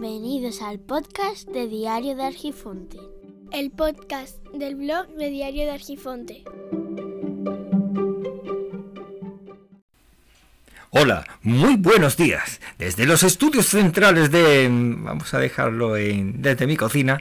Bienvenidos al podcast de Diario de Argifonte. El podcast del blog de Diario de Argifonte. Hola, muy buenos días. Desde los estudios centrales vamos a dejarlo desde mi cocina,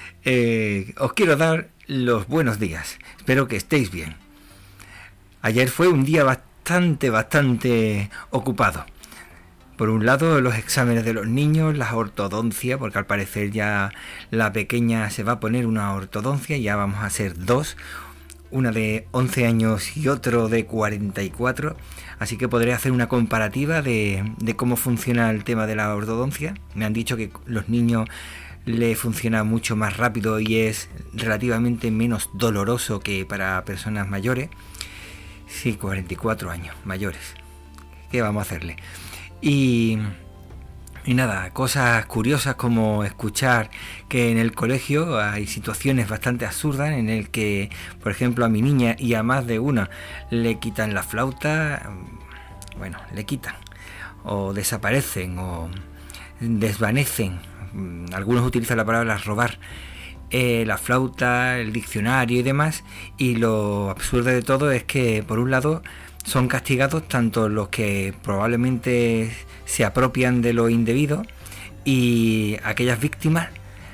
os quiero dar los buenos días. Espero que estéis bien. Ayer fue un día bastante ocupado. Por un lado, los exámenes de los niños, la ortodoncia, porque al parecer ya la pequeña se va a poner una ortodoncia, ya vamos a ser dos, una de 11 años y otro de 44, así que podré hacer una comparativa de cómo funciona el tema de la ortodoncia. Me han dicho que los niños le funciona mucho más rápido y es relativamente menos doloroso que para personas mayores. Sí, 44 años, mayores. ¿Qué vamos a hacerle? Y nada, cosas curiosas como escuchar que en el colegio hay situaciones bastante absurdas en el que, por ejemplo, a mi niña y a más de una le quitan la flauta, le quitan, o desaparecen, o desvanecen, algunos utilizan la palabra robar, la flauta, el diccionario y demás, y lo absurdo de todo es que, por un lado, son castigados tanto los que probablemente se apropian de lo indebido y aquellas víctimas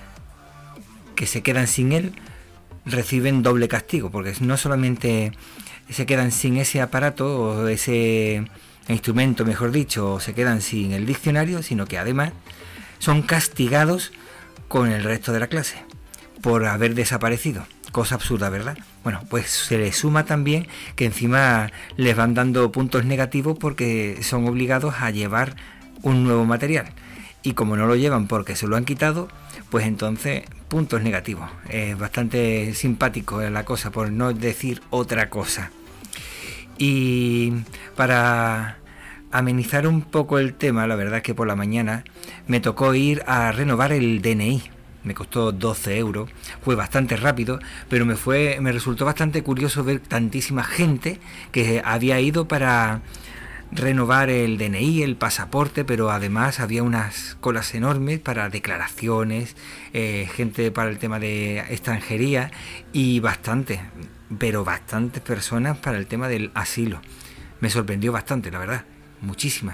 que se quedan sin él reciben doble castigo, porque no solamente se quedan sin ese aparato o ese instrumento, mejor dicho, o se quedan sin el diccionario, sino que además son castigados con el resto de la clase por haber desaparecido. Cosa absurda, ¿verdad? Bueno, pues se les suma también que encima les van dando puntos negativos porque son obligados a llevar un nuevo material. Y como no lo llevan porque se lo han quitado, pues entonces puntos negativos. Es bastante simpático la cosa, por no decir otra cosa. Y para amenizar un poco el tema, la verdad es que por la mañana me tocó ir a renovar el DNI. Me costó 12 euros, fue bastante rápido, pero me resultó bastante curioso ver tantísima gente que había ido para renovar el DNI, el pasaporte, pero además había unas colas enormes para declaraciones, gente para el tema de extranjería y bastantes personas para el tema del asilo. Me sorprendió bastante, la verdad, muchísimas.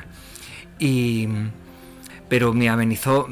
Pero me amenizó,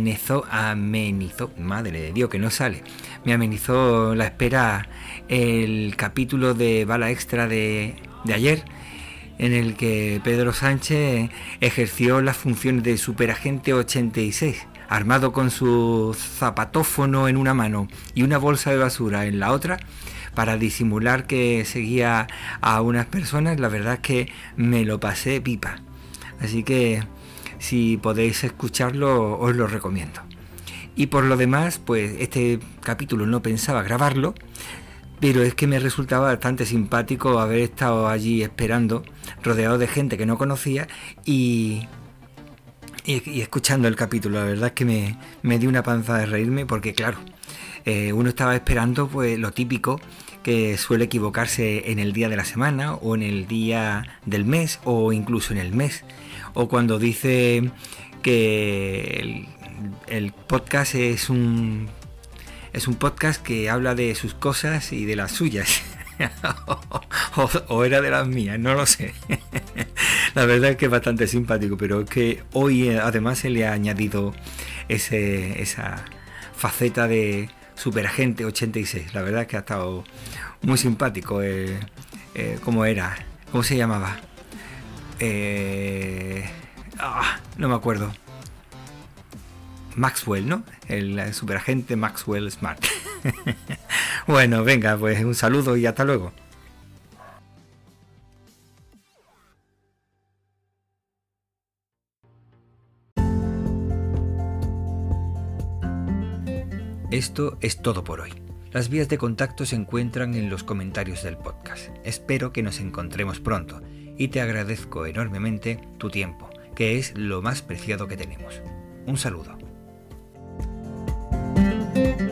madre de Dios que no sale, me amenizó la espera el capítulo de Bala Extra de ayer, en el que Pedro Sánchez ejerció las funciones de superagente 86, armado con su zapatófono en una mano y una bolsa de basura en la otra, para disimular que seguía a unas personas. La verdad es que me lo pasé pipa, así que si podéis escucharlo, os lo recomiendo. Y por lo demás, pues este capítulo no pensaba grabarlo, pero es que me resultaba bastante simpático haber estado allí esperando, rodeado de gente que no conocía y escuchando el capítulo. La verdad es que me dio una panza de reírme porque, claro, uno estaba esperando pues lo típico, que suele equivocarse en el día de la semana o en el día del mes o incluso en el mes, o cuando dice que el podcast es un podcast que habla de sus cosas y de las suyas o era de las mías, no lo sé. La verdad es que es bastante simpático, pero es que hoy además se le ha añadido esa faceta de superagente 86. La verdad es que ha estado muy simpático. ¿Cómo se llamaba? No me acuerdo. Maxwell, ¿no? El superagente Maxwell Smart. Bueno, venga, pues un saludo y hasta luego. Esto es todo por hoy. Las vías de contacto se encuentran en los comentarios del podcast. Espero que nos encontremos pronto y te agradezco enormemente tu tiempo, que es lo más preciado que tenemos. Un saludo.